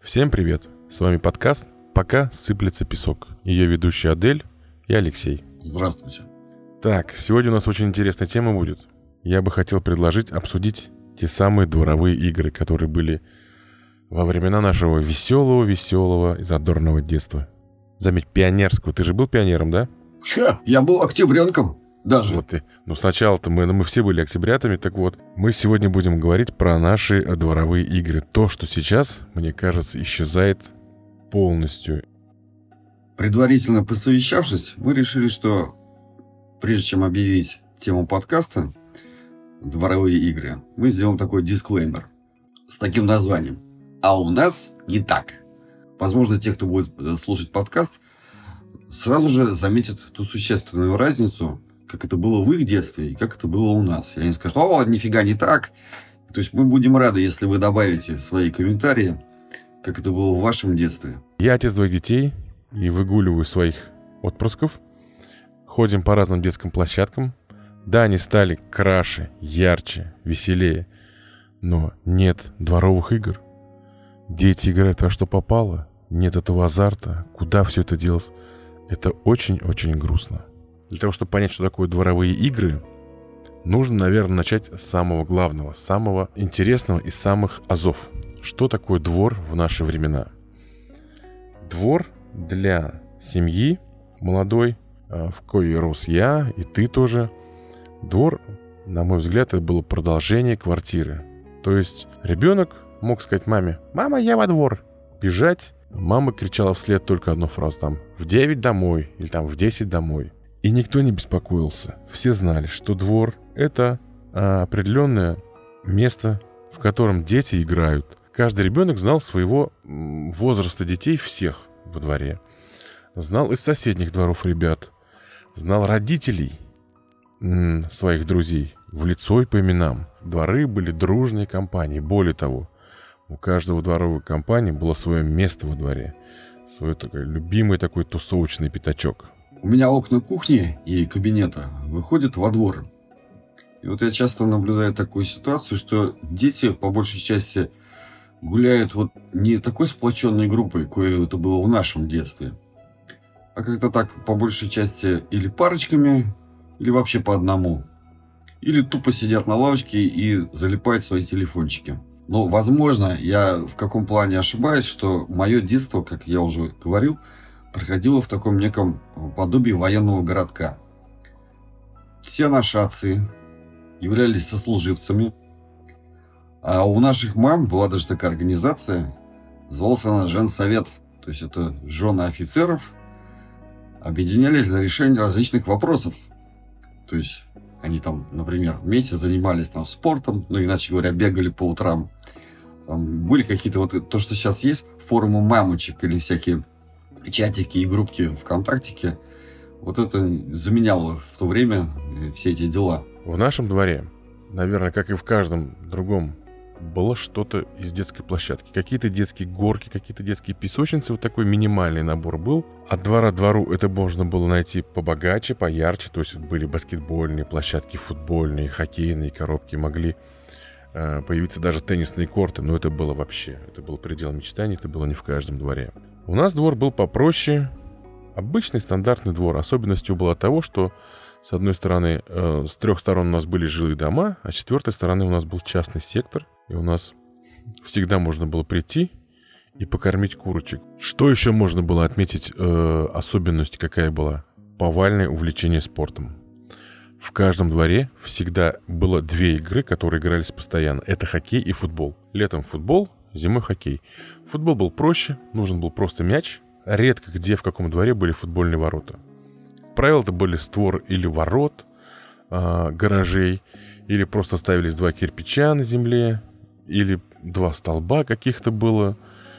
Всем привет! С вами подкаст «Пока сыплется песок». Ее ведущие Адель и Алексей. Здравствуйте. Так, сегодня у нас очень интересная тема будет. Я бы хотел предложить обсудить те самые дворовые игры, которые были во времена нашего веселого и задорного детства. Заметь, пионерского. Ты же был пионером, да? Я был октябренком даже. Вот ты. Ну, сначала-то мы все были октябрятами, так вот. Мы сегодня будем говорить про наши дворовые игры. То, что сейчас, мне кажется, исчезает полностью. Предварительно посовещавшись, мы решили, что прежде чем объявить тему подкаста «Дворовые игры», мы сделаем такой дисклеймер с таким названием. А у нас не так. Возможно, те, кто будет слушать подкаст, сразу же заметят ту существенную разницу, как это было в их детстве и как это было у нас. И они скажут: о, нифига не так. То есть мы будем рады, если вы добавите свои комментарии, как это было в вашем детстве. Я отец двоих детей и выгуливаю своих отпрысков. Ходим по разным детским площадкам. Да, они стали краше, ярче, веселее. Но нет дворовых игр. Дети играют во что попало. Нет этого азарта. Куда все это делось? Это очень-очень грустно. Для того, чтобы понять, что такое дворовые игры, нужно, наверное, начать с самого главного, самого интересного и самых азов. Что такое двор в наши времена? Двор для семьи молодой, в коей рос я, и ты тоже. Двор, на мой взгляд, это было продолжение квартиры. То есть ребенок мог сказать маме: «Мама, я во двор». Бежать. Мама кричала вслед только одну фразу, там, в 9 домой или там в 10 домой. И никто не беспокоился. Все знали, что двор – это определенное место, в котором дети играют. Каждый ребенок знал своего возраста детей всех во дворе. Знал из соседних дворов ребят. Знал родителей своих друзей в лицо и по именам. Дворы были дружные компании. Более того, у каждого дворовой компании было свое место во дворе. Свой такой любимый такой тусовочный пятачок. У меня окна кухни и кабинета выходят во двор. И вот я часто наблюдаю такую ситуацию, что дети по большей части гуляют вот не такой сплоченной группой, кое это было в нашем детстве, а как-то так по большей части или парочками, или вообще по одному. Или тупо сидят на лавочке и залипают в свои телефончики. Но, возможно, я в каком плане ошибаюсь, что мое детство, как я уже говорил, проходило в таком неком подобии военного городка. Все наши отцы являлись сослуживцами, а у наших мам была даже такая организация, называлась она женсовет. То есть это жены офицеров объединялись для решения различных вопросов. То есть они там, например, вместе занимались там спортом, ну, иначе говоря, бегали по утрам. Там были какие-то вот то, что сейчас есть, форумы мамочек или всякие чатики и группки ВКонтактике. Вот это заменяло в то время все эти дела. В нашем дворе, наверное, как и в каждом другом, было что-то из детской площадки. Какие-то детские горки, какие-то детские песочницы. Вот такой минимальный набор был. От двора к двору это можно было найти побогаче, поярче. То есть были баскетбольные площадки, футбольные, хоккейные коробки. Могли появиться даже теннисные корты. Но это было вообще, это был предел мечтаний. Это было не в каждом дворе. У нас двор был попроще. Обычный стандартный двор. Особенностью было того, что с одной стороны, с 3 сторон у нас были жилые дома, а с 4 стороны у нас был частный сектор. И у нас всегда можно было прийти и покормить курочек. Что еще можно было отметить, особенность какая была? Повальное увлечение спортом. В каждом дворе всегда было 2 игры, которые игрались постоянно. Это хоккей и футбол. Летом футбол, зимой хоккей. Футбол был проще, нужен был просто мяч. Редко где в каком дворе были футбольные ворота. Как правило, это были створы или ворот, гаражей, или просто ставились 2 кирпича на земле, или 2 столба каких-то было.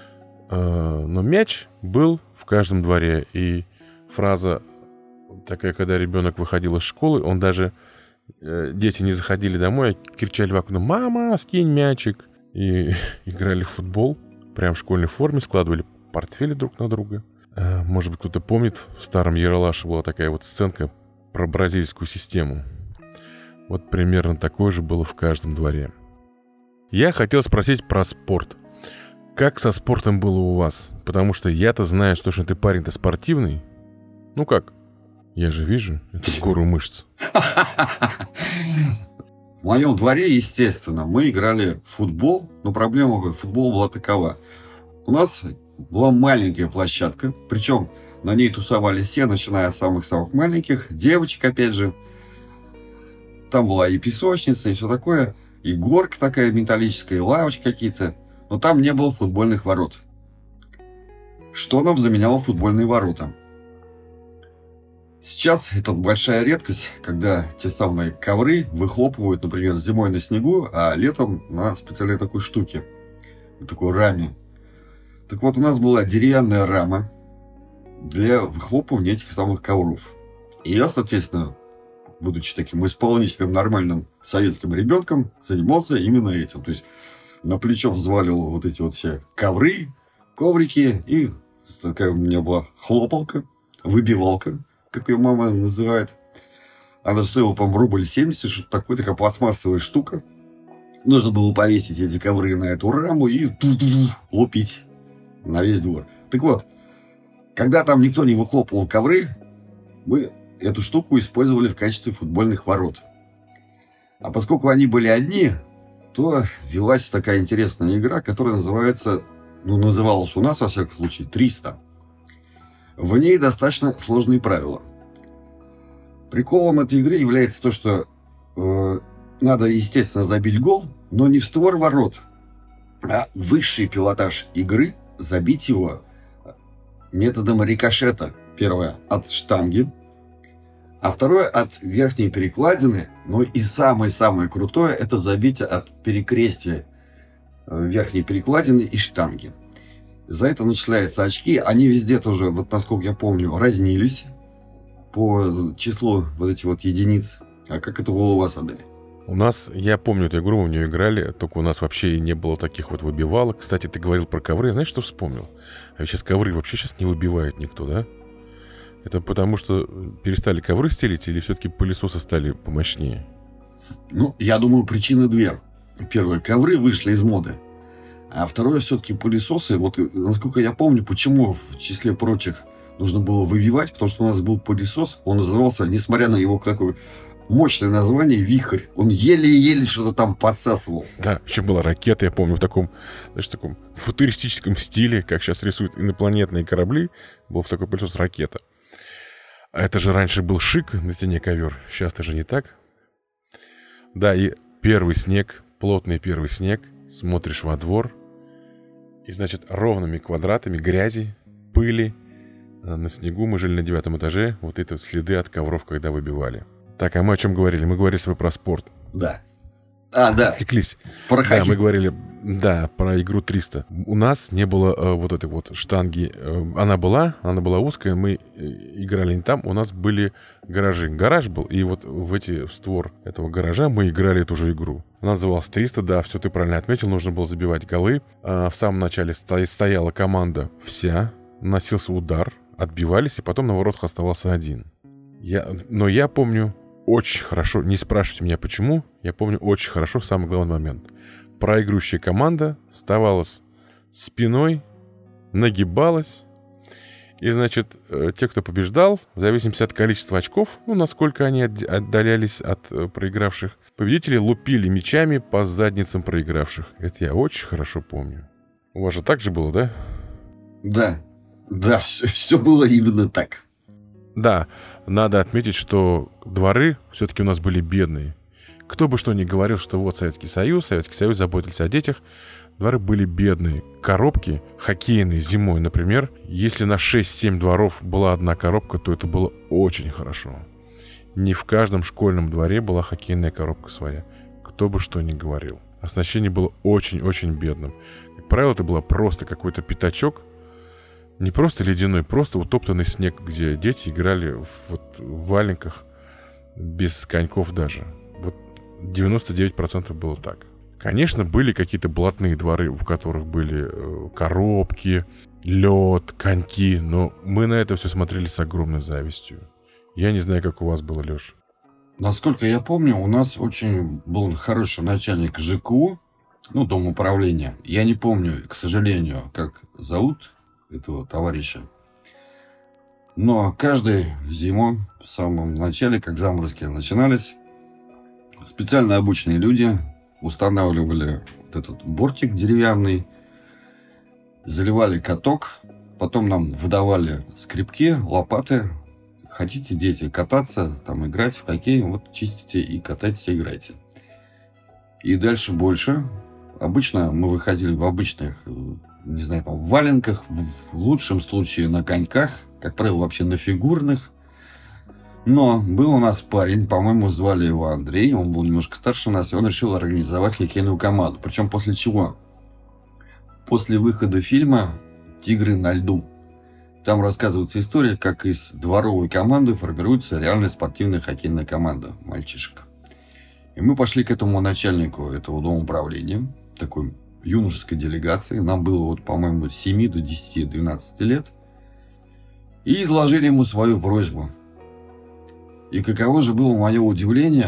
Но мяч был в каждом дворе. И фраза такая, когда ребенок выходил из школы, он даже... Дети не заходили домой, а кричали в окно: «Мама, скинь мячик!» И играли в футбол. Прям в школьной форме, складывали портфели друг на друга. Может быть, кто-то помнит, в старом Ералаше была такая вот сценка про бразильскую систему. Вот примерно такое же было в каждом дворе. Я хотел спросить про спорт. Как со спортом было у вас? Потому что я-то знаю, что ты парень-то спортивный. Ну как? Я же вижу эту гору мышц. В моем дворе, естественно, мы играли в футбол, но проблема футбола была такова. У нас была маленькая площадка, причем на ней тусовались все, начиная от самых-самых маленьких, девочек, опять же. Там была и песочница, и все такое, и горка такая металлическая, и лавочки какие-то. Но там не было футбольных ворот. Что нам заменяло футбольные ворота? Сейчас это большая редкость, когда те самые ковры выхлопывают, например, зимой на снегу, а летом на специальной такой штуке, на такой раме. Так вот, у нас была деревянная рама для выхлопывания этих самых ковров. И я, соответственно, будучи таким исполнительным, нормальным советским ребенком, занимался именно этим. То есть на плечо взваливал вот эти вот все ковры, коврики, и такая у меня была хлопалка, выбивалка, как ее мама называет. Она стоила, по-моему, рубль 70, что-то такое, такая пластмассовая штука. Нужно было повесить эти ковры на эту раму и лупить на весь двор. Так вот, когда там никто не выхлопывал ковры, мы эту штуку использовали в качестве футбольных ворот. А поскольку они были одни, то велась такая интересная игра, которая называется, называлась у нас, во всяком случае, 300. В ней достаточно сложные правила. Приколом этой игры является то, что надо, естественно, забить гол, но не в створ ворот, а высший пилотаж игры забить его методом рикошета. Первое от штанги, а второе от верхней перекладины. Но и самое-самое крутое — это забить от перекрестия верхней перекладины и штанги. За это начисляются очки. Они везде тоже, вот насколько я помню, разнились по числу вот этих вот единиц. А как это было у вас, Адель? У нас, я помню эту игру, в нее играли, только у нас вообще не было таких вот выбивалок. Кстати, ты говорил про ковры, знаешь, что вспомнил? А ведь сейчас ковры вообще сейчас не выбивает никто, да? Это потому что перестали ковры стелить или все-таки пылесосы стали помощнее? Я думаю, причины две. Первое, ковры вышли из моды. А второе, все-таки пылесосы. Вот, насколько я помню, почему в числе прочих нужно было выбивать, потому что у нас был пылесос, он назывался, несмотря на его такое мощное название, «Вихрь». Он еле-еле что-то там подсасывал. Да, еще была ракета, я помню, в таком, знаешь, таком футуристическом стиле, как сейчас рисуют инопланетные корабли, был в такой пылесос ракета. А это же раньше был шик на стене ковер, сейчас-то же не так. Да, и первый снег, плотный первый снег, смотришь во двор, и, значит, ровными квадратами грязи, пыли на снегу. Мы жили на 9 этаже, вот эти вот следы от ковров, когда выбивали. Так, а мы о чем говорили? Мы говорили с тобой про спорт. Да. Да. Отвлеклись. Про хоккей. Да, мы говорили, про игру 300. У нас не было вот этой вот штанги. Она была узкая, мы играли не там, у нас были гаражи. Гараж был, и вот в створ этого гаража мы играли эту же игру. Она называлась 300, да, все ты правильно отметил, нужно было забивать голы. В самом начале стояла команда вся, наносился удар, отбивались, и потом на воротах оставался один. Но я помню очень хорошо, не спрашивайте меня почему, я помню очень хорошо самый главный момент. Проигрывающая команда вставала спиной, нагибалась, и, значит, те, кто побеждал, в зависимости от количества очков, насколько они отдалялись от проигравших, победители лупили мячами по задницам проигравших. Это я очень хорошо помню. У вас же так же было, да? Да, все было именно так. Да, надо отметить, что дворы все-таки у нас были бедные. Кто бы что ни говорил, что вот Советский Союз заботился о детях, дворы были бедные. Коробки хоккейные зимой, например, если на 6-7 дворов была одна коробка, то это было очень хорошо. Не в каждом школьном дворе была хоккейная коробка своя. Кто бы что ни говорил. Оснащение было очень-очень бедным. Как правило, это было просто какой-то пятачок. Не просто ледяной, просто утоптанный снег, где дети играли в валенках без коньков даже. Вот 99% было так. Конечно, были какие-то блатные дворы, в которых были коробки, лед, коньки, но мы на это все смотрели с огромной завистью. Я не знаю, как у вас было, Леш. Насколько я помню, у нас очень был хороший начальник ЖКУ, дом управления. Я не помню, к сожалению, как зовут этого товарища. Но каждую зиму, в самом начале, как заморозки начинались, специально обученные люди устанавливали вот этот бортик деревянный, заливали каток, потом нам выдавали скребки, лопаты. Хотите, дети, кататься, там играть в хоккей, вот чистите и катайтесь, играйте. И дальше больше. Обычно мы выходили в обычных, не знаю, там, в валенках, в лучшем случае на коньках, как правило, вообще на фигурных. Но был у нас парень, по-моему, звали его Андрей, он был немножко старше нас, и он решил организовать хоккейную команду. Причем после чего? После выхода фильма «Тигры на льду». Там рассказывается история, как из дворовой команды формируется реальная спортивная хоккейная команда мальчишек. И мы пошли к этому начальнику этого дома управления, такой юношеской делегации. Нам было, вот, по-моему, от 7 до 10-12 лет. И изложили ему свою просьбу. И каково же было мое удивление,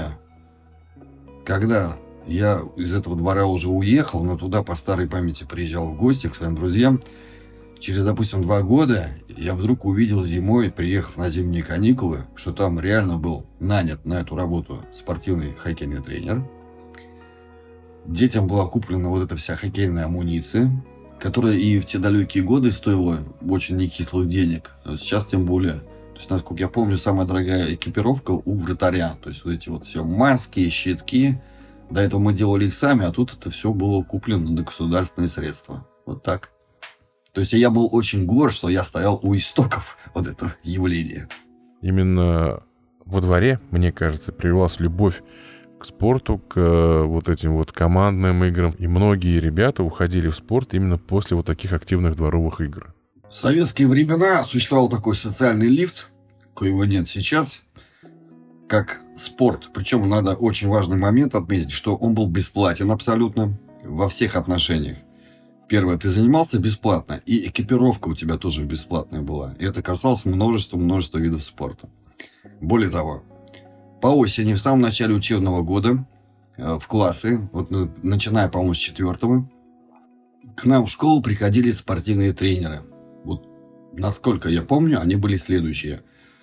когда я из этого двора уже уехал, но туда по старой памяти приезжал в гости к своим друзьям. Через, допустим, 2 года я вдруг увидел зимой, приехав на зимние каникулы, что там реально был нанят на эту работу спортивный хоккейный тренер. Детям была куплена вот эта вся хоккейная амуниция, которая и в те далекие годы стоила очень некислых денег. Сейчас тем более. То есть, насколько я помню, самая дорогая экипировка у вратаря. То есть, вот эти вот все маски, щитки. До этого мы делали их сами, а тут это все было куплено на государственные средства. Вот так. То есть, я был очень горд, что я стоял у истоков вот этого явления. Именно во дворе, мне кажется, привелась любовь к спорту, к вот этим вот командным играм. И многие ребята уходили в спорт именно после вот таких активных дворовых игр. В советские времена существовал такой социальный лифт, коего нет сейчас, как спорт. Причем надо очень важный момент отметить, что он был бесплатен абсолютно во всех отношениях. Первое, ты занимался бесплатно, и экипировка у тебя тоже бесплатная была. И это касалось множества видов спорта. Более того, по осени, в самом начале учебного года, в классы, вот начиная, по-моему, с 4-го, к нам в школу приходили спортивные тренеры. Вот, насколько я помню, они были следующие.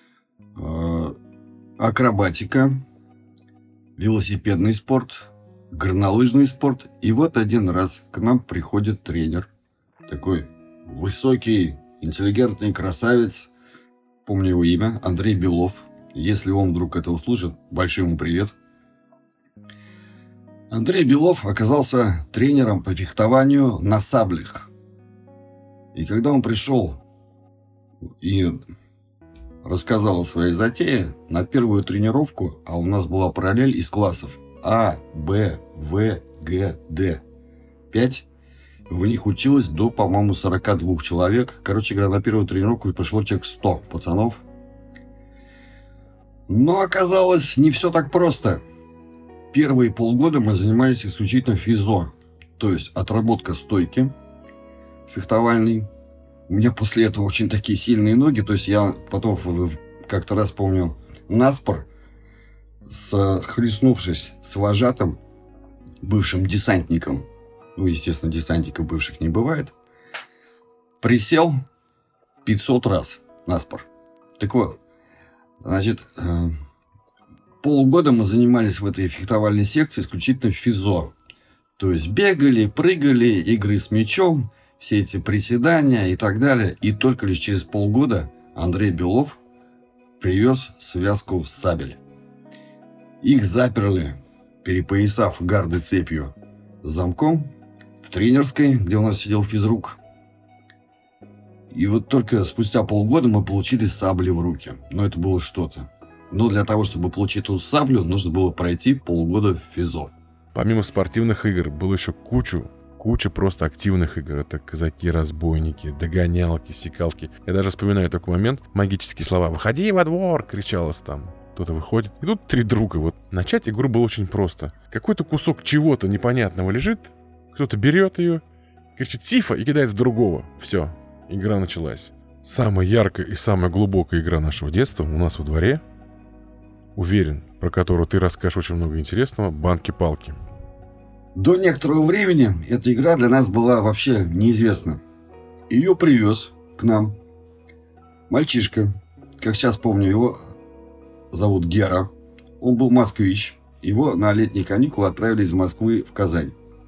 Акробатика, велосипедный спорт, горнолыжный спорт. И вот один раз к нам приходит тренер. Такой высокий, интеллигентный красавец. Помню его имя, Андрей Белов. Если он вдруг это услышит, большой ему привет. Андрей Белов оказался тренером по фехтованию на саблях. И когда он пришел и рассказал о своей затее, на первую тренировку, а у нас была параллель из классов А, Б, В, Г, Д. 5. В них училось до, по-моему, 42 человек. Короче говоря, на первую тренировку пришло человек 100 пацанов. Но оказалось, не все так просто. Первые полгода мы занимались исключительно физо. То есть отработка стойки фехтовальной. У меня после этого очень такие сильные ноги. То есть я потом как-то раз помню наспор, схлестнувшись с вожатым, бывшим десантником. Ну, естественно, десантников бывших не бывает. Присел 500 раз наспор. Так вот, значит, полгода мы занимались в этой фехтовальной секции исключительно физо. То есть бегали, прыгали, игры с мячом, все эти приседания и так далее. И только лишь через полгода Андрей Белов привез связку сабель. Их заперли, перепоясав гарды цепью с замком, в тренерской, где у нас сидел физрук. И вот только спустя полгода мы получили сабли в руки. Но это было что-то. Но для того, чтобы получить эту саблю, нужно было пройти полгода в физо. Помимо спортивных игр, было еще куча просто активных игр. Это казаки-разбойники, догонялки, секалки. Я даже вспоминаю такой момент. Магические слова «Выходи во двор!» кричалось там. Кто-то выходит. И тут 3 друга. Вот начать игру было очень просто. Какой-то кусок чего-то непонятного лежит. Кто-то берет ее, кричит «Сифа!» и кидает в другого. Все. Игра началась. Самая яркая и самая глубокая игра нашего детства у нас во дворе. Уверен, про которую ты расскажешь очень много интересного. Банки-палки. До некоторого времени эта игра для нас была вообще неизвестна. Ее привез к нам мальчишка, как сейчас помню, его зовут Гера. Он был москвич. Его на летние каникулы отправили из Москвы в Казань.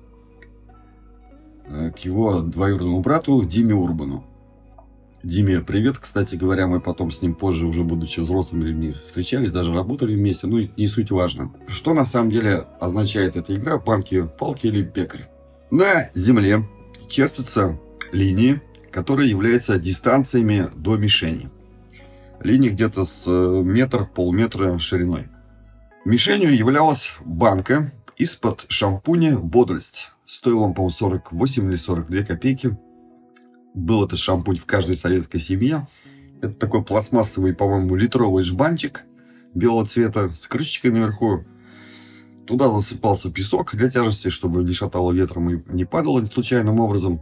К его двоюродному брату Диме Урбану. Диме привет, кстати говоря, мы потом с ним позже, уже будучи взрослыми людьми, встречались, даже работали вместе, ну, не суть важно. Что на самом деле означает эта игра, банки, палки или пекарь? На земле чертятся линии, которые являются дистанциями до мишени. Линии где-то с полметра шириной. Мишенью являлась банка из-под шампуня «Бодрость». Стоил он, по-моему, 48 или 42 копейки. Был этот шампунь в каждой советской семье. Это такой пластмассовый, по-моему, литровый жбанчик белого цвета с крышечкой наверху. Туда засыпался песок для тяжести, чтобы не шатало ветром и не падало случайным образом.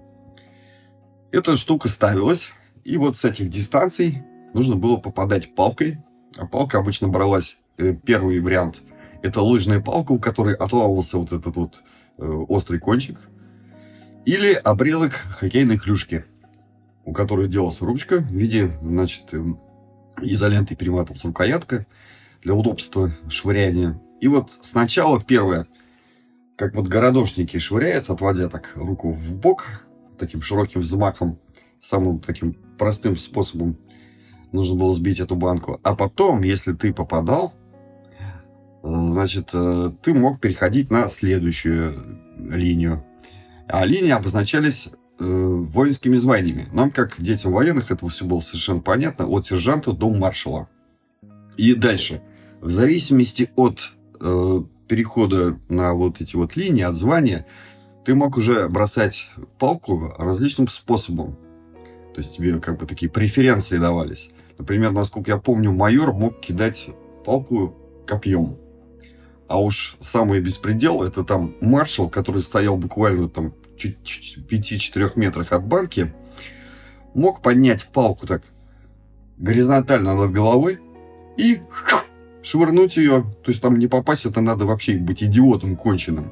Эта штука ставилась, и вот с этих дистанций нужно было попадать палкой. А палка обычно бралась, первый вариант, это лыжная палка, у которой отламывался вот этот вот острый кончик. Или обрезок хоккейной клюшки, у которой делалась ручка в виде, значит, изолентой перематывалась рукоятка для удобства швыряния. И вот сначала первое, как вот городошники швыряют, отводя так руку в бок, таким широким взмахом, самым таким простым способом нужно было сбить эту банку. А потом, если ты попадал, значит, ты мог переходить на следующую линию. А линии обозначались воинскими званиями. Нам, как детям военных, это все было совершенно понятно. От сержанта до маршала. И дальше. В зависимости от перехода на вот эти вот линии, от звания, ты мог уже бросать палку различным способом. То есть тебе как бы такие преференции давались. Например, насколько я помню, майор мог кидать палку копьем. А уж самый беспредел, это там маршал, который стоял буквально там чуть в 5-4 метрах от банки, мог поднять палку так горизонтально над головой и швырнуть ее. То есть там не попасть, это надо вообще быть идиотом конченым.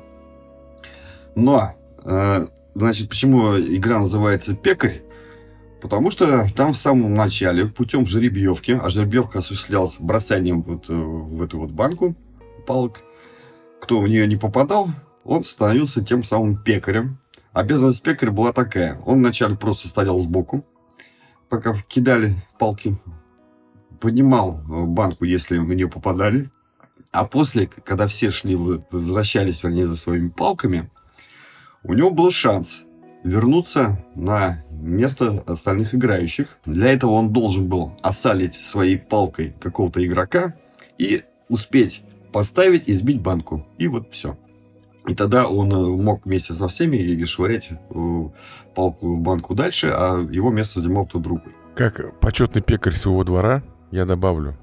Но, значит, почему игра называется «Пекарь»? Потому что там в самом начале, путем жеребьевки, а жеребьевка осуществлялась бросанием вот в эту вот банку палок, кто в нее не попадал, он становился тем самым пекарем. Обязанность пекаря была такая. Он вначале просто стоял сбоку, пока кидали палки, поднимал банку, если в нее попадали. А после, когда все возвращались, вернее, за своими палками, у него был шанс вернуться на место остальных играющих. Для этого он должен был осалить своей палкой какого-то игрока и успеть поставить и сбить банку. И вот все. И тогда он мог вместе со всеми швырять палку в банку дальше, а его место занимал кто другой. Как почетный пекарь своего двора, я добавлю.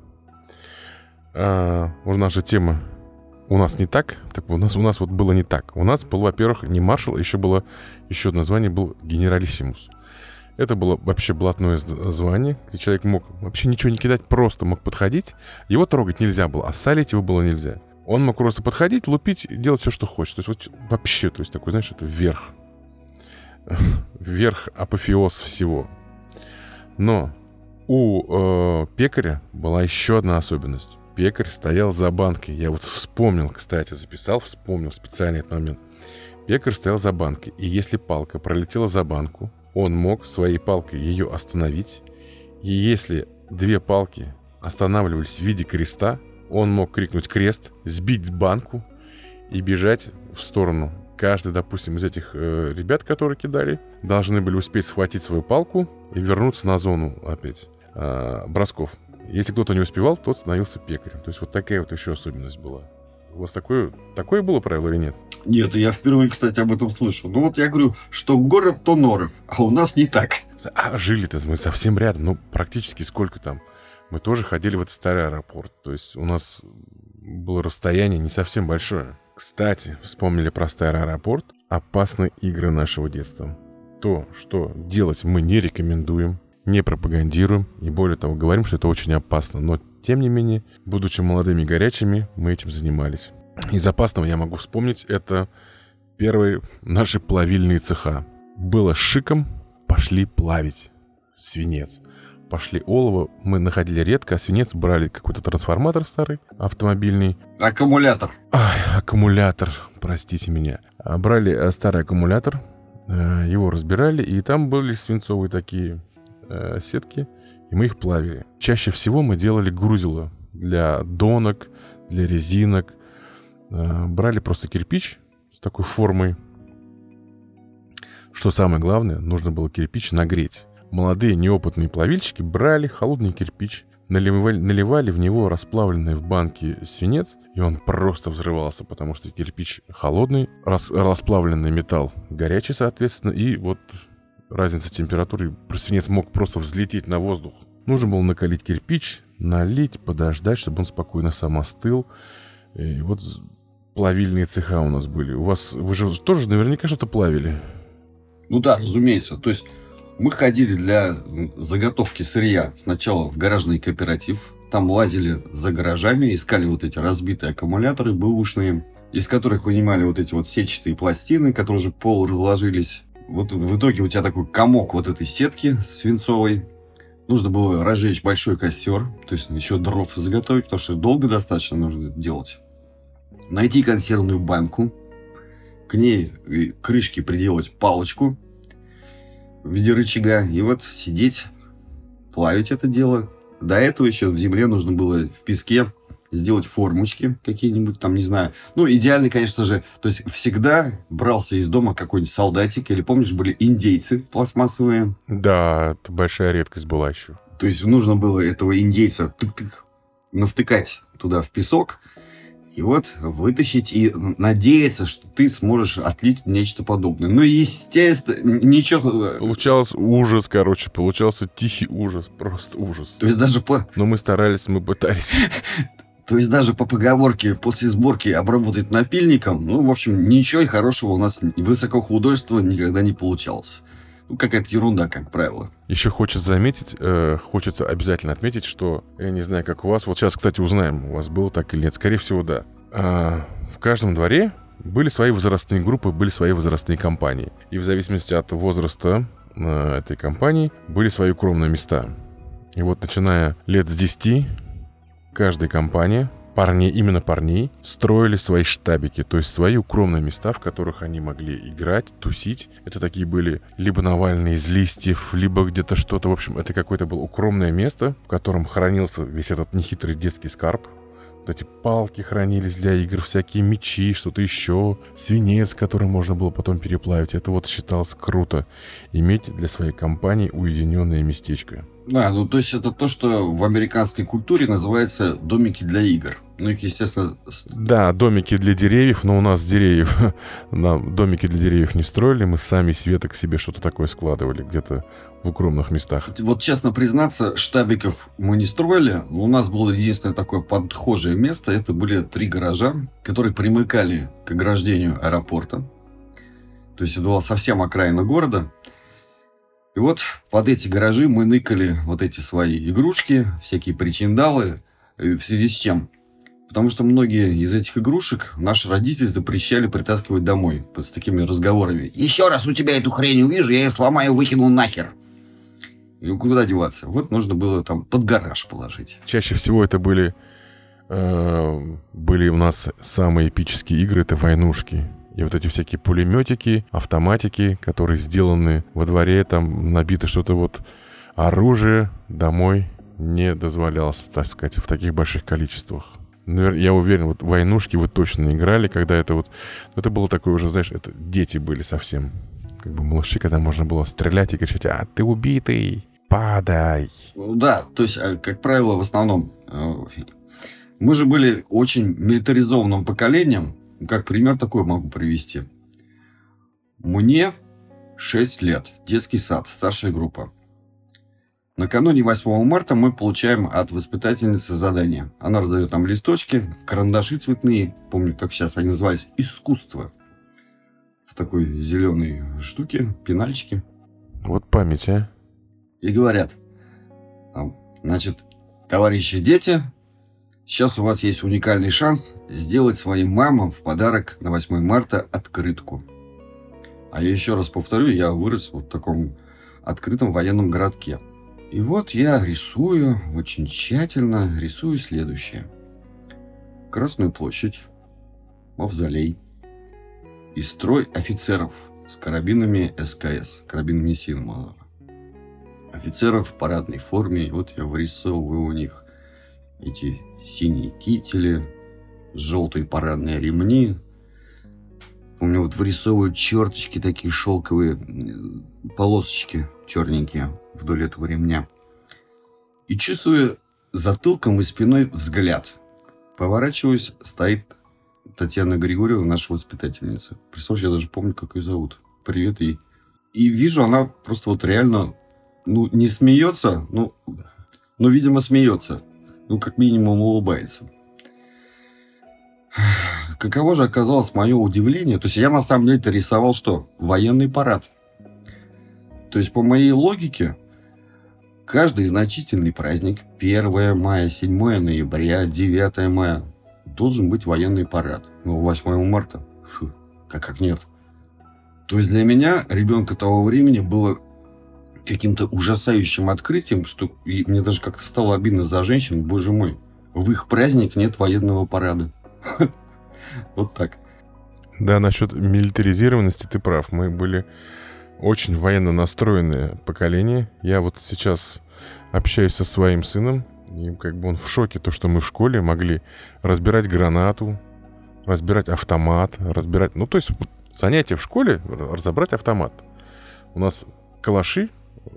У нас же тема «У нас не так». Так у нас вот было не так. У нас был, во-первых, не маршал, еще одно название был генералиссимус. Это было вообще блатное звание, где человек мог вообще ничего не кидать, просто мог подходить. Его трогать нельзя было, а салить его было нельзя. Он мог просто подходить, лупить, делать все, что хочет. То есть вот вообще, то есть такой, знаешь, это верх. Верх, апофеоз всего. Но у пекаря была еще одна особенность. Пекарь стоял за банкой. Я вот вспомнил, кстати, вспомнил специально этот момент. Пекарь стоял за банкой. И если палка пролетела за банку, он мог своей палкой ее остановить. И если две палки останавливались в виде креста, он мог крикнуть «крест», сбить банку и бежать в сторону. Каждый, допустим, из этих ребят, которые кидали, должны были успеть схватить свою палку и вернуться на зону опять бросков. Если кто-то не успевал, тот становился пекарем. То есть вот такая вот еще особенность была. У вас такое было правило или нет? Нет, я впервые, кстати, об этом слышу. Ну вот я говорю, что город, то норов, а у нас не так. А жили-то мы совсем рядом, ну практически сколько там. Мы тоже ходили в этот старый аэропорт. То есть у нас было расстояние не совсем большое. Кстати, вспомнили про старый аэропорт. Опасные игры нашего детства. То, что делать мы не рекомендуем, не пропагандируем. И более того, говорим, что это очень опасно. Но, тем не менее, будучи молодыми и горячими, мы этим занимались. Из опасного я могу вспомнить это Первые наши плавильные цеха. Было шиком, пошли плавить свинец. Пошли олово, мы находили редко, а свинец брали какой-то трансформатор старый, автомобильный. Аккумулятор. Аккумулятор, простите меня. Брали старый аккумулятор, его разбирали, и там были свинцовые такие сетки, и мы их плавили. Чаще всего мы делали грузило для донок, для резинок. Брали просто кирпич с такой формой. Что самое главное, нужно было кирпич нагреть. Молодые неопытные плавильщики брали холодный кирпич, наливали в него расплавленный в банке свинец, и он просто взрывался, потому что кирпич холодный, расплавленный металл горячий, соответственно, и вот разница температуры, свинец мог просто взлететь на воздух. Нужно было накалить кирпич, налить, подождать, чтобы он спокойно сам остыл. И вот плавильные цеха у нас были. У вас, вы же тоже наверняка что-то плавили? Ну да, разумеется. То есть мы ходили для заготовки сырья сначала в гаражный кооператив. Там лазили за гаражами, искали вот эти разбитые аккумуляторы бэушные, из которых вынимали вот эти вот сетчатые пластины, которые уже полуразложились. Вот в итоге у тебя такой комок вот этой сетки свинцовой. Нужно было разжечь большой костер, то есть еще дров заготовить, потому что долго достаточно нужно это делать. Найти консервную банку, к ней крышке приделать палочку в виде рычага, и вот сидеть, плавить это дело. До этого еще в земле нужно было в песке сделать формочки какие-нибудь, там, не знаю. Ну, идеально, конечно же, то есть всегда брался из дома какой-нибудь солдатик, или, помнишь, были индейцы пластмассовые. Да, это большая редкость была еще. То есть нужно было этого индейца навтыкать туда в песок, и вот вытащить и надеяться, что ты сможешь отлить нечто подобное. Ну, естественно, ничего... Получался ужас, короче, получался тихий ужас, просто ужас. То есть даже Но мы старались, мы пытались. То есть даже по поговорке после сборки обработать напильником, ну, в общем, ничего хорошего у нас высокохудожества никогда не получалось. Ну, какая-то ерунда, как правило. Еще хочется обязательно отметить, что, я не знаю, как у вас, вот сейчас, кстати, узнаем, у вас было так или нет, скорее всего, да. В каждом дворе были свои возрастные группы, были свои возрастные компании. И в зависимости от возраста этой компании были свои укромные места. И вот начиная лет с 10, каждая компания, именно парней, строили свои штабики, то есть свои укромные места, в которых они могли играть, тусить. Это такие были либо навальные из листьев, либо где-то что-то. В общем, это какое-то было укромное место, в котором хранился весь этот нехитрый детский скарб. Вот эти палки хранились для игр, всякие мечи, что-то еще, свинец, который можно было потом переплавить. Это вот считалось круто, иметь для своей компании уединенное местечко. Да, ну то есть это то, что в американской культуре называется домики для игр. Ну их, естественно... Да, домики для деревьев, но у нас домики для деревьев не строили, мы сами с веток себе что-то такое складывали где-то в укромных местах. Вот честно признаться, штабиков мы не строили. У нас было единственное такое подхожее место. Это были 3 гаража, которые примыкали к ограждению аэропорта. То есть это была совсем окраина города. И вот под эти гаражи мы ныкали вот эти свои игрушки, всякие причиндалы. В связи с чем? Потому что многие из этих игрушек наши родители запрещали притаскивать домой с такими разговорами. Еще раз у тебя эту хрень увижу, я ее сломаю, выкину нахер. И куда деваться? Вот нужно было там под гараж положить. Чаще всего это были у нас самые эпические игры, это войнушки. И вот эти всякие пулеметики, автоматики, которые сделаны во дворе, там набито что-то вот оружие, домой не дозволялось, так сказать, в таких больших количествах. Я уверен, вот войнушки вы точно играли, когда это вот... Это было такое уже, знаешь, это дети были совсем. Как бы малыши, когда можно было стрелять и кричать: «А, ты убитый! Падай!» Да, то есть, как правило, в основном... Мы же были очень милитаризованным поколением. Как пример такой могу привести. Мне 6 лет, детский сад, старшая группа. Накануне 8 марта мы получаем от воспитательницы задание. Она раздает нам листочки, карандаши цветные. Помню, как сейчас они назывались. Искусство. В такой зеленой штуке, пенальчики. Вот память, а? И говорят, значит, товарищи дети, Сейчас у вас есть уникальный шанс сделать своим мамам в подарок на 8 марта открытку. А я еще раз повторю, я вырос в таком открытом военном городке. И вот я рисую, очень тщательно рисую следующее. Красную площадь, мавзолей и строй офицеров с карабинами СКС, карабинами Симонова. Офицеров в парадной форме, и вот я вырисовываю у них эти синие кители, желтые парадные ремни. Помню, вот вырисовывают черточки, такие шелковые полосочки черненькие вдоль этого ремня. И чувствую затылком и спиной взгляд. Поворачиваюсь, стоит Татьяна Григорьевна, наша воспитательница. Представляешь, я даже помню, как ее зовут. Привет ей. И вижу, она просто вот реально, не смеется, видимо, смеется. Как минимум улыбается. Каково же оказалось мое удивление. То есть я на самом деле рисовал что? Военный парад. То есть по моей логике, каждый значительный праздник, 1 мая, 7 ноября, 9 мая, должен быть военный парад. 8 марта. Как нет. То есть для меня, ребенка того времени, было каким-то ужасающим открытием, что и мне даже как-то стало обидно за женщин. Боже мой, в их праздник нет военного парада. Вот так. Да, насчет милитаризированности ты прав. Мы были очень военно настроенное поколение. Я вот сейчас общаюсь со своим сыном, и он в шоке, то, что мы в школе могли разбирать гранату, разбирать автомат, разбирать... то есть занятие в школе — разобрать автомат. У нас калаши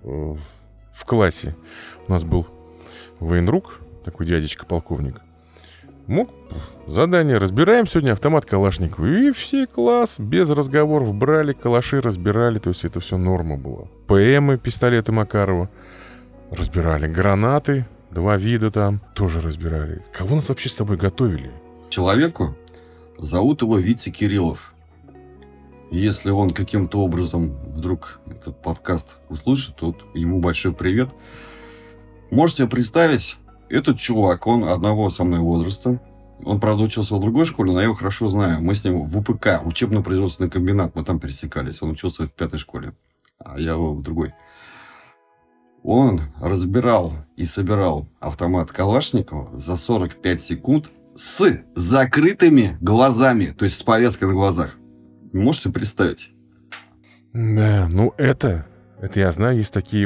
в классе. У нас был военрук, такой дядечка-полковник. Мог задание: разбираем сегодня автомат Калашникова. И все класс без разговоров брали, калаши разбирали. То есть это все норма была. ПМы, пистолеты Макарова разбирали. Гранаты, 2 вида там, тоже разбирали. Кого нас вообще с тобой готовили? Человеку зовут его Витя Кириллов. Если он каким-то образом вдруг этот подкаст услышит, то ему большой привет. Можете представить, этот чувак, он одного со мной возраста. Он, правда, учился в другой школе, но я его хорошо знаю. Мы с ним в УПК, учебно-производственный комбинат, мы там пересекались. Он учился в 5 школе, а я в другой. Он разбирал и собирал автомат Калашникова за 45 секунд с закрытыми глазами, то есть с повязкой на глазах. Можете представить? Да, это я знаю, есть такие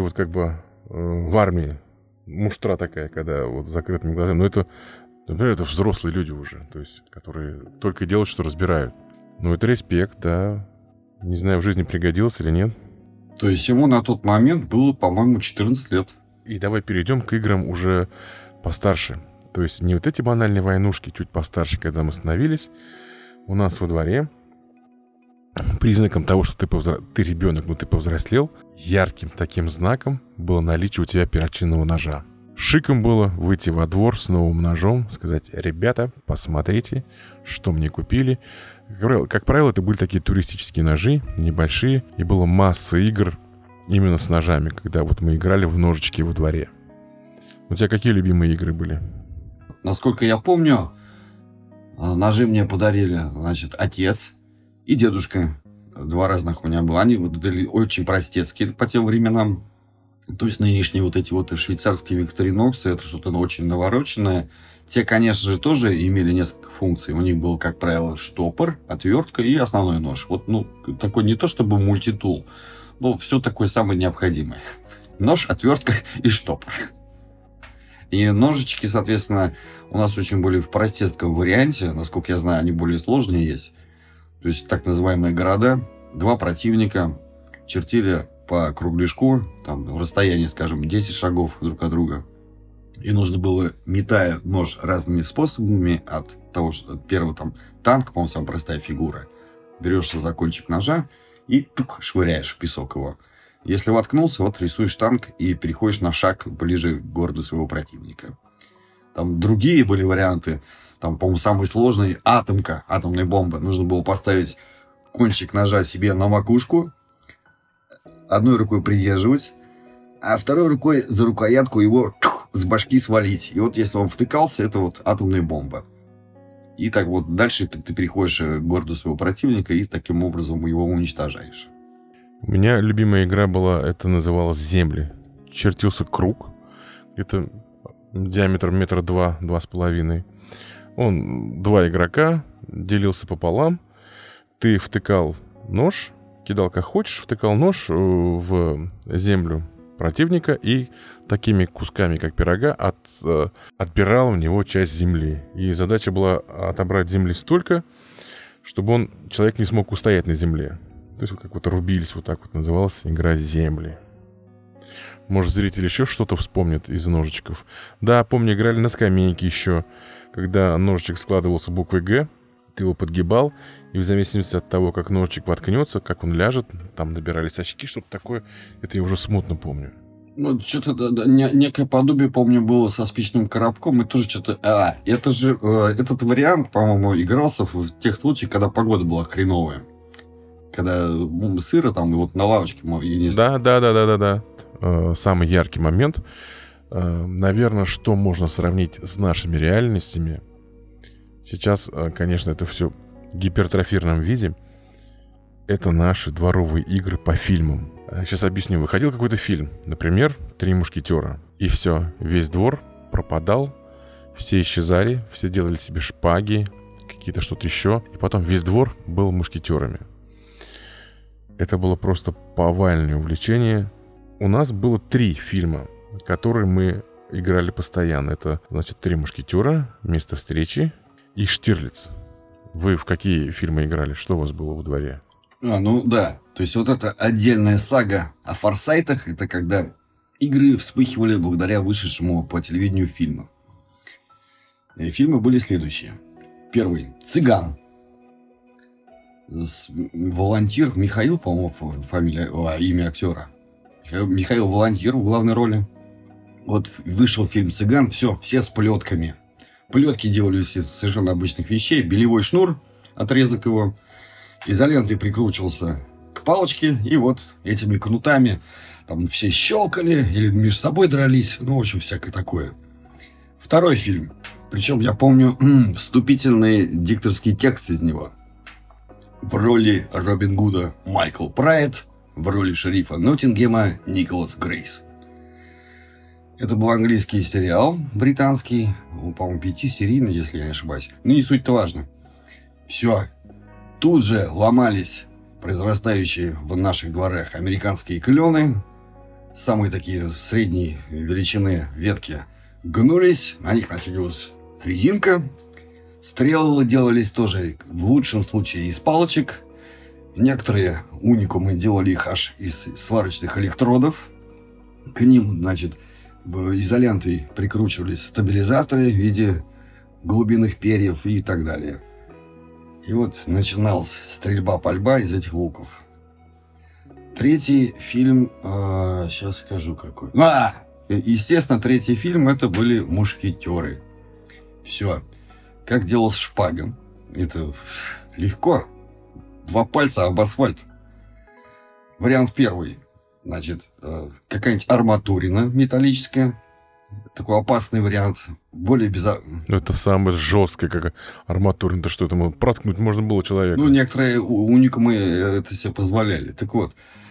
в армии муштра такая, когда вот с закрытыми глазами. Но это, например, это взрослые люди уже, то есть, которые только делают, что разбирают. Это респект, да. Не знаю, в жизни пригодился или нет. То есть ему на тот момент было, по-моему, 14 лет. И давай перейдем к играм уже постарше. То есть не вот эти банальные войнушки, чуть постарше, когда мы становились. У нас во дворе признаком того, что ты ребенок, но ты повзрослел, ярким таким знаком было наличие у тебя перочинного ножа. Шиком было выйти во двор с новым ножом, сказать: ребята, посмотрите, что мне купили. Как правило, это были такие туристические ножи, небольшие, и было масса игр именно с ножами, когда вот мы играли в ножички во дворе. У тебя какие любимые игры были? Насколько я помню, ножи мне подарили, отец и дедушка. 2 разных у меня было. Они были очень простецкие по тем временам. То есть нынешние вот эти вот швейцарские викториноксы, это что-то очень навороченное. Те, конечно же, тоже имели несколько функций. У них был, как правило, штопор, отвертка и основной нож. Такой не то чтобы мультитул, но все такое самое необходимое. Нож, отвертка и штопор. И ножички, соответственно, у нас очень были в простецком варианте. Насколько я знаю, они более сложные есть. То есть так называемые города. 2 противника чертили по кругляшку, там в расстоянии, скажем, 10 шагов друг от друга. И нужно было, метая нож разными способами, от того, что первый танк, по-моему, самая простая фигура. Берешься за кончик ножа и швыряешь в песок его. Если воткнулся, рисуешь танк и переходишь на шаг ближе к городу своего противника. Там другие были варианты. Там, по-моему, самый сложный — атомная бомба. Нужно было поставить кончик ножа себе на макушку, одной рукой придерживать, а второй рукой за рукоятку его с башки свалить. И вот если он втыкался, это вот атомная бомба. И так вот дальше ты переходишь к городу своего противника и таким образом его уничтожаешь. У меня любимая игра была, это называлось «Земли». Чертился круг, это диаметром метра 2-2,5. Он 2 игрока, делился пополам. Ты втыкал нож, кидал как хочешь, втыкал нож в землю противника и такими кусками, как пирога, отбирал у него часть земли. И задача была отобрать земли столько, чтобы человек не смог устоять на земле. То есть вот как вот рубились, вот так вот называлась игра «Земли». Может, зрители еще что-то вспомнят из ножичков. Да, помню, играли на скамейке еще, когда ножичек складывался буквой «Г», ты его подгибал, и в зависимости от того, как ножичек воткнется, как он ляжет, там набирались очки, что-то такое. Это я уже смутно помню. Ну, что-то некое подобие, помню, было со спичным коробком, и тоже что-то... это же... этот вариант, по-моему, игрался в тех случаях, когда погода была хреновая. Когда сыро там, и вот на лавочке... Да. Самый яркий момент. Наверное, что можно сравнить с нашими реальностями. Сейчас, конечно, это все в гипертрофированном виде. Это наши дворовые игры по фильмам. Сейчас объясню. Выходил какой-то фильм, например, «Три мушкетера». И все, весь двор пропадал, все исчезали, все делали себе шпаги, какие-то что-то еще. И потом весь двор был мушкетерами. Это было просто повальное увлечение. У нас было 3 фильма, которые мы играли постоянно. Это, значит, «Три мушкетера», «Место встречи» и «Штирлиц». Вы в какие фильмы играли? Что у вас было во дворе? Ну да. То есть вот эта отдельная сага о форсайтах, это когда игры вспыхивали благодаря вышедшему по телевидению фильму. И фильмы были следующие. Первый. «Цыган». Волонтер Михаил, по-моему, имя актера. Михаил Волонтер в главной роли. Вот вышел фильм «Цыган», все с плетками. Плетки делались из совершенно обычных вещей. Белевой шнур, отрезок его, изолентой прикручивался к палочке, и вот этими кнутами там все щелкали или между собой дрались. Ну, в общем, всякое такое. Второй фильм. Причем я помню вступительный дикторский текст из него. В роли Робин Гуда Майкл Прайд, в роли шерифа Ноттингема Николас Грейс. Это был английский сериал, британский, по-моему, 5-серийный, если я не ошибаюсь. Но не суть-то важно. Все. Тут же ломались произрастающие в наших дворах американские клены. Самые такие средней величины ветки гнулись, на них натягивалась резинка. Стрелы делались тоже в лучшем случае из палочек. Некоторые уникумы делали их аж из сварочных электродов. К ним, значит, изолентой прикручивались стабилизаторы в виде глубинных перьев и так далее. И вот начиналась стрельба-пальба из этих луков. Третий фильм... сейчас скажу какой. Естественно, третий фильм это были «Мушкетеры». Все. Как делалась шпага. Это легко. 2 пальца об асфальт. Вариант первый. Значит, какая-нибудь арматурина металлическая. Такой опасный вариант. Более безопасный. Это самое жесткое, как арматурина. То что это проткнуть можно было человека? Ну, некоторые уникумы это себе позволяли. Так вот,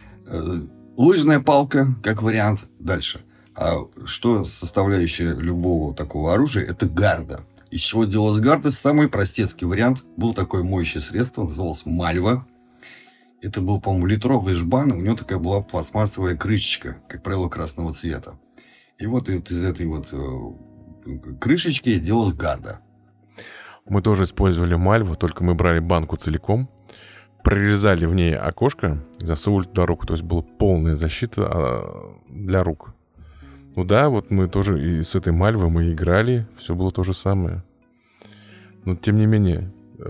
лыжная палка, как вариант, дальше. А что составляющая любого такого оружия? Это гарда. Из чего делалась гарда? Самый простецкий вариант. Был такое моющее средство, называлось мальва. Это был, по-моему, литровый жбан, у него такая была пластмассовая крышечка, как правило, красного цвета. И вот из этой вот крышечки делалась гарда. Мы тоже использовали мальву, только мы брали банку целиком, прорезали в ней окошко и засовывали туда руку. То есть была полная защита для рук. Ну да, вот мы тоже и с этой мальвой мы играли, все было то же самое. Но тем не менее,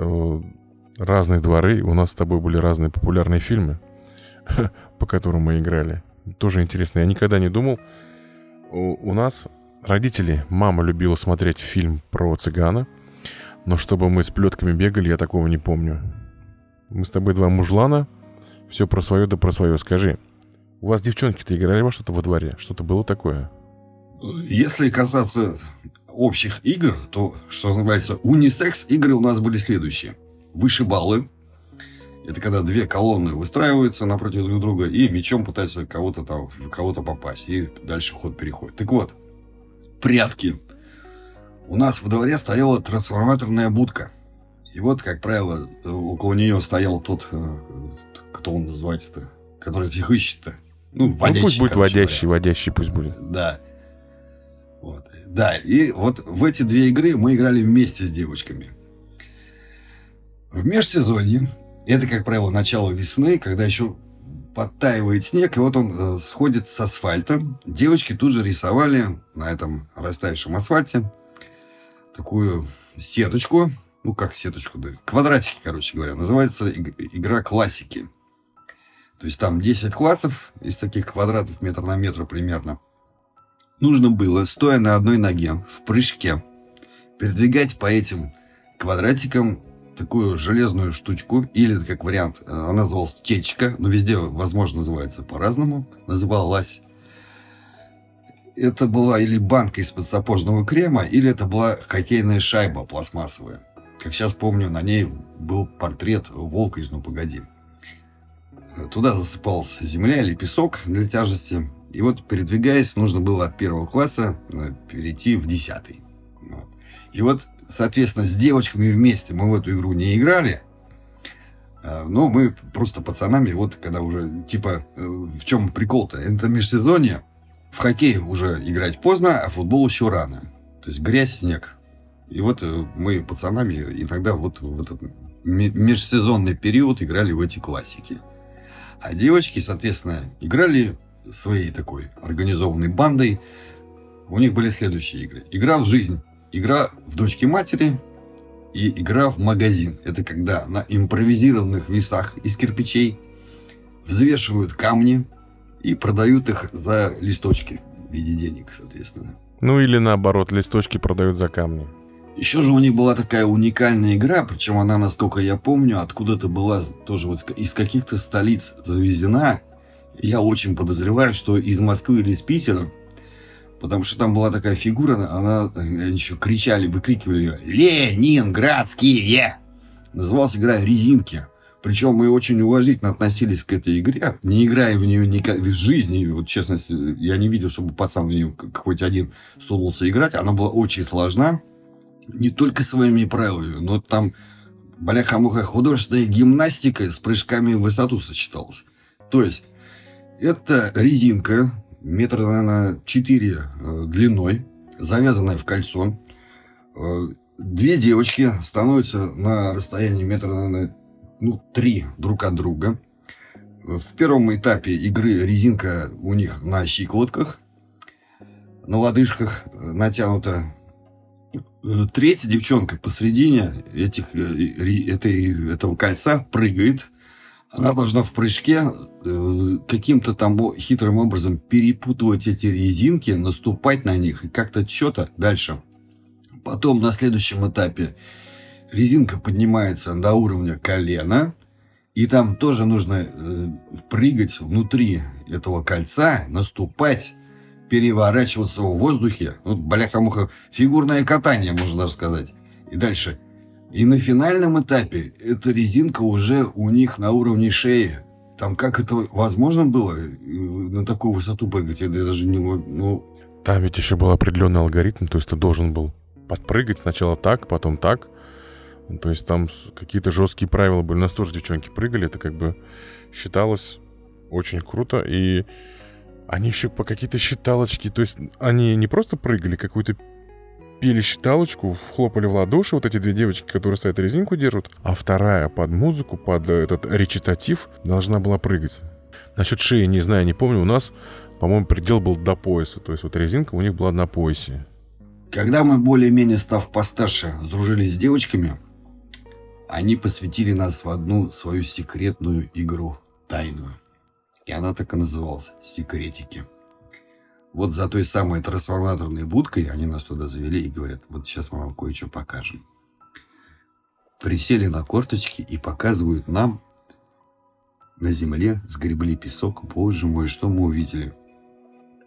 разные дворы, у нас с тобой были разные популярные фильмы, по которым мы играли. Тоже интересно, я никогда не думал. У нас родители, мама любила смотреть фильм про цыгана, но чтобы мы с плетками бегали, я такого не помню. Мы с тобой 2 мужлана, все про свое да про свое. Скажи, у вас девчонки-то играли во что-то во дворе? Что-то было такое? Если касаться общих игр, то, что называется, унисекс игры у нас были следующие. Вышибалы. Это когда две колонны выстраиваются напротив друг друга и мечом пытаются в кого-то попасть. И дальше ход переходит. Так вот, прятки. У нас во дворе стояла трансформаторная будка. И вот, как правило, около нее стоял тот, кто он называется-то, который их ищет-то. Ну, водящий. Ну, пусть будет водящий пусть будет. Да. Вот. Да, и вот в эти две игры мы играли вместе с девочками. В межсезонье, это, как правило, начало весны, когда еще подтаивает снег, и вот он сходит с асфальта. Девочки тут же рисовали на этом растаявшем асфальте такую сеточку, ну как сеточку, да, квадратики, короче говоря. Называется игра классики. То есть там 10 классов из таких квадратов метр на метр примерно. Нужно было, стоя на одной ноге, в прыжке, передвигать по этим квадратикам такую железную штучку, или, как вариант, она называлась течка, но везде, возможно, называется по-разному. Называлась... Это была или банка из-под сапожного крема, или это была хоккейная шайба пластмассовая. Как сейчас помню, на ней был портрет волка из «Ну, погоди». Туда засыпалась земля или песок для тяжести. И вот, передвигаясь, нужно было от первого класса перейти в 10-й. Вот. И вот, соответственно, с девочками вместе мы в эту игру не играли. Но мы просто пацанами, вот когда уже, типа, в чем прикол-то? Это межсезонье. В хоккей уже играть поздно, а в футбол еще рано. То есть грязь, снег. И вот мы пацанами иногда вот в этот межсезонный период играли в эти классики. А девочки, соответственно, играли своей такой организованной бандой. У них были следующие игры. Игра в жизнь, игра в дочки матери и игра в магазин. Это когда на импровизированных весах из кирпичей взвешивают камни и продают их за листочки в виде денег, соответственно. Ну или наоборот, листочки продают за камни. Еще же у них была такая уникальная игра, причем она, насколько я помню, откуда-то была тоже вот из каких-то столиц завезена. Я очень подозреваю, что из Москвы или из Питера, потому что там была такая фигура, они еще кричали, выкрикивали ее «Ленинградские!». Называлась игра «Резинки». Причем мы очень уважительно относились к этой игре, не играя в нее никак в жизни. Вот, честно, я не видел, чтобы пацан в нее какой-то один сунулся играть. Она была очень сложна. Не только своими правилами, но там, бляха-муха, художественная гимнастика с прыжками в высоту сочеталась. То есть, это резинка, метра, наверное, 4 длиной, завязанная в кольцо. Две девочки становятся на расстоянии метра, наверное, 3 друг от друга. В первом этапе игры резинка у них на щиколотках, на лодыжках натянута. Третья девчонка посредине этого кольца прыгает. Она должна в прыжке каким-то там хитрым образом перепутывать эти резинки, наступать на них и как-то что-то дальше. Потом на следующем этапе резинка поднимается до уровня колена. И там тоже нужно прыгать внутри этого кольца, наступать, переворачиваться в воздухе. Вот, бляха-муха, фигурное катание, можно даже сказать. И дальше. И на финальном этапе эта резинка уже у них на уровне шеи. Там как это возможно было на такую высоту прыгать? Я даже не... Там ведь еще был определенный алгоритм, то есть ты должен был подпрыгать сначала так, потом так. То есть там какие-то жесткие правила были. У нас тоже девчонки прыгали, это как бы считалось очень круто. И они еще по какие-то считалочки, то есть они не просто прыгали, какую-то пели считалочку, хлопали в ладоши, вот эти две девочки, которые стоят резинку держат, а вторая под музыку, под этот речитатив должна была прыгать. Насчет шеи не знаю, не помню, у нас, по-моему, предел был до пояса, то есть вот резинка у них была на поясе. Когда мы более-менее, став постарше, сдружились с девочками, они посвятили нас в одну свою секретную игру, тайную. И она так и называлась «Секретики». Вот за той самой трансформаторной будкой они нас туда завели и говорят: вот сейчас мы вам кое-что покажем. Присели на корточки и показывают нам на земле, сгребли песок. Боже мой, что мы увидели?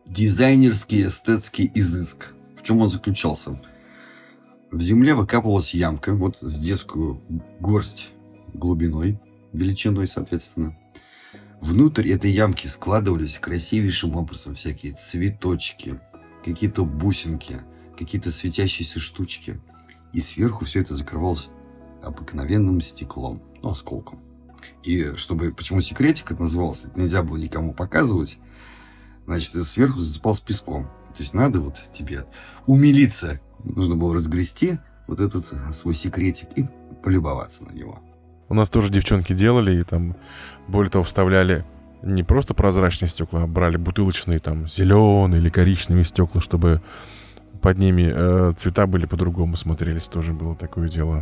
дизайнерский эстетский изыск. В чем он заключался? В земле выкапывалась ямка, вот с детскую горсть глубиной, величиной, соответственно. Внутрь этой ямки складывались красивейшим образом всякие цветочки, какие-то бусинки, какие-то светящиеся штучки. И сверху все это закрывалось обыкновенным стеклом, осколком. И чтобы, почему секретик это назывался, это нельзя было никому показывать, значит, сверху засыпалось песком. То есть надо вот тебе умилиться. Нужно было разгрести вот этот свой секретик и полюбоваться на него. У нас тоже девчонки делали, и там, более того, вставляли не просто прозрачные стекла, а брали бутылочные, там, зеленые или коричневые стекла, чтобы под ними цвета были по-другому смотрелись. Тоже было такое дело.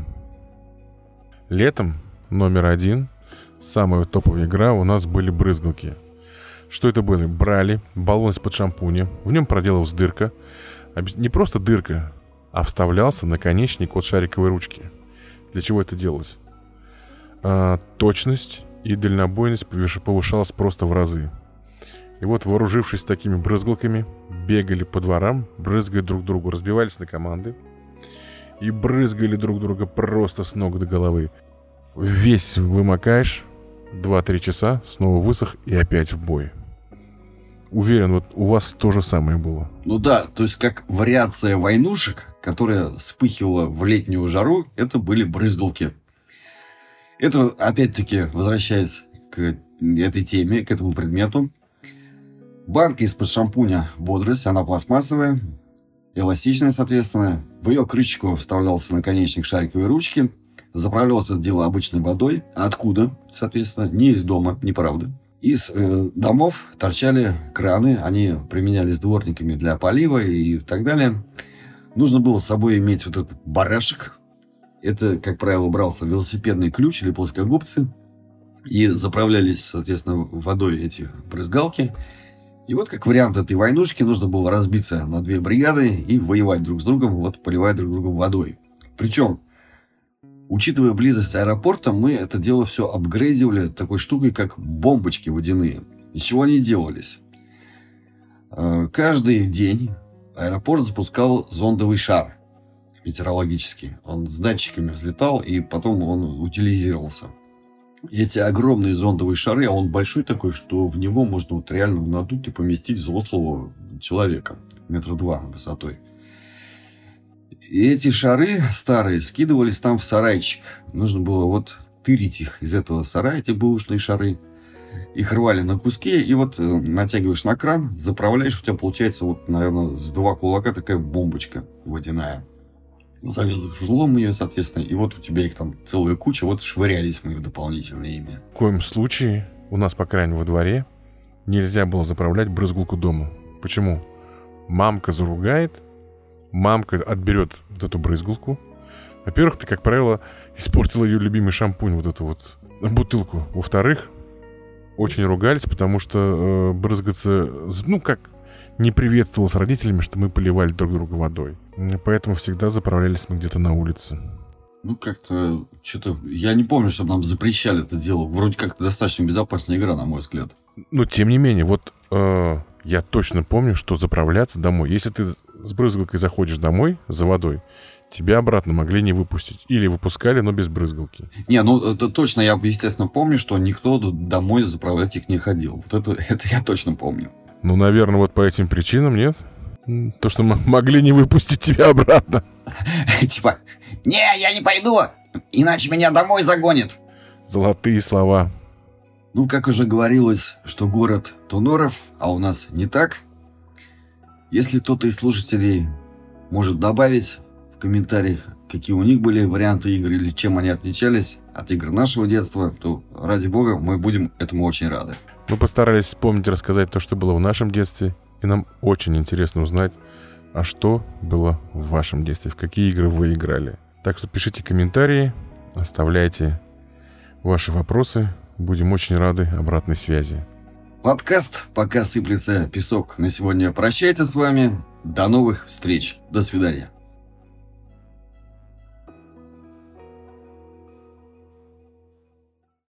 Летом номер 1, самая топовая игра, у нас были брызгалки. Что это было? Брали баллон из-под шампуня, в нем проделалась дырка. Не просто дырка, а вставлялся наконечник от шариковой ручки. Для чего это делалось? Точность и дальнобойность повышалась просто в разы. И вот, вооружившись такими брызгалками, бегали по дворам, брызгая друг другу, разбивались на команды и брызгали друг друга просто с ног до головы. Весь вымокаешь, 2-3 часа, снова высох и опять в бой. Уверен, вот у вас то же самое было. Ну да, то есть как вариация войнушек, которая вспыхивала в летнюю жару, это были брызгалки. Это, опять-таки, возвращаясь к этой теме, к этому предмету. Банка из-под шампуня «Бодрость», она пластмассовая, эластичная, соответственно. В ее крышечку вставлялся наконечник шариковой ручки. Заправлялось это дело обычной водой. Откуда, соответственно, не из дома, неправда. Из домов торчали краны, они применялись дворниками для полива и так далее. Нужно было с собой иметь вот этот барашек. Это, как правило, брался велосипедный ключ или плоскогубцы. И заправлялись, соответственно, водой эти брызгалки. И вот как вариант этой войнушки нужно было разбиться на 2 бригады и воевать друг с другом, вот поливая друг друга водой. Причем, учитывая близость аэропорта, мы это дело все апгрейдили такой штукой, как бомбочки водяные. Из чего они делались? Каждый день аэропорт запускал зондовый шар метеорологический. Он с датчиками взлетал, и потом он утилизировался. Эти огромные зондовые шары, а он большой такой, что в него можно вот реально надуть и поместить взрослого человека 2 метра высотой. И эти шары старые скидывались там в сарайчик. Нужно было вот тырить их из этого сарая, эти бэушные шары. Их рвали на куски, и вот натягиваешь на кран, заправляешь, у тебя получается вот, наверное, с 2 кулака такая бомбочка водяная. Завязываешь узлом ее, соответственно, и вот у тебя их там целая куча, вот швырялись мы в дополнительное ими. В коем случае у нас, по крайней мере, во дворе нельзя было заправлять брызгалку дома. Почему? Мамка заругает, мамка отберет вот эту брызгалку. Во-первых, ты, как правило, испортила ее любимый шампунь, вот эту вот бутылку. Во-вторых, очень ругались, потому что брызгаться, ну, как не приветствовал с родителями, что мы поливали друг друга водой. Поэтому всегда заправлялись мы где-то на улице. Ну, как-то, что-то... Я не помню, чтобы нам запрещали это дело. Вроде как-то достаточно безопасная игра, на мой взгляд. Но, тем не менее, вот я точно помню, что заправляться домой. Если ты с брызгалкой заходишь домой за водой, тебя обратно могли не выпустить. Или выпускали, но без брызгалки. Не, ну, это точно, я, естественно, помню, что никто домой заправлять их не ходил. Вот это я точно помню. Ну, наверное, вот по этим причинам, нет? То, что могли не выпустить тебя обратно. Типа, не, я не пойду, иначе меня домой загонят. Золотые слова. Ну, как уже говорилось, что город то норов, а у нас не так. Если кто-то из слушателей может добавить в комментариях, какие у них были варианты игр или чем они отличались от игр нашего детства, то, ради бога, мы будем этому очень рады. Мы постарались вспомнить и рассказать то, что было в нашем детстве. И нам очень интересно узнать, а что было в вашем детстве, в какие игры вы играли. Так что пишите комментарии, оставляйте ваши вопросы. Будем очень рады обратной связи. Подкаст «Пока сыплется песок» на сегодня прощается с вами. До новых встреч. До свидания.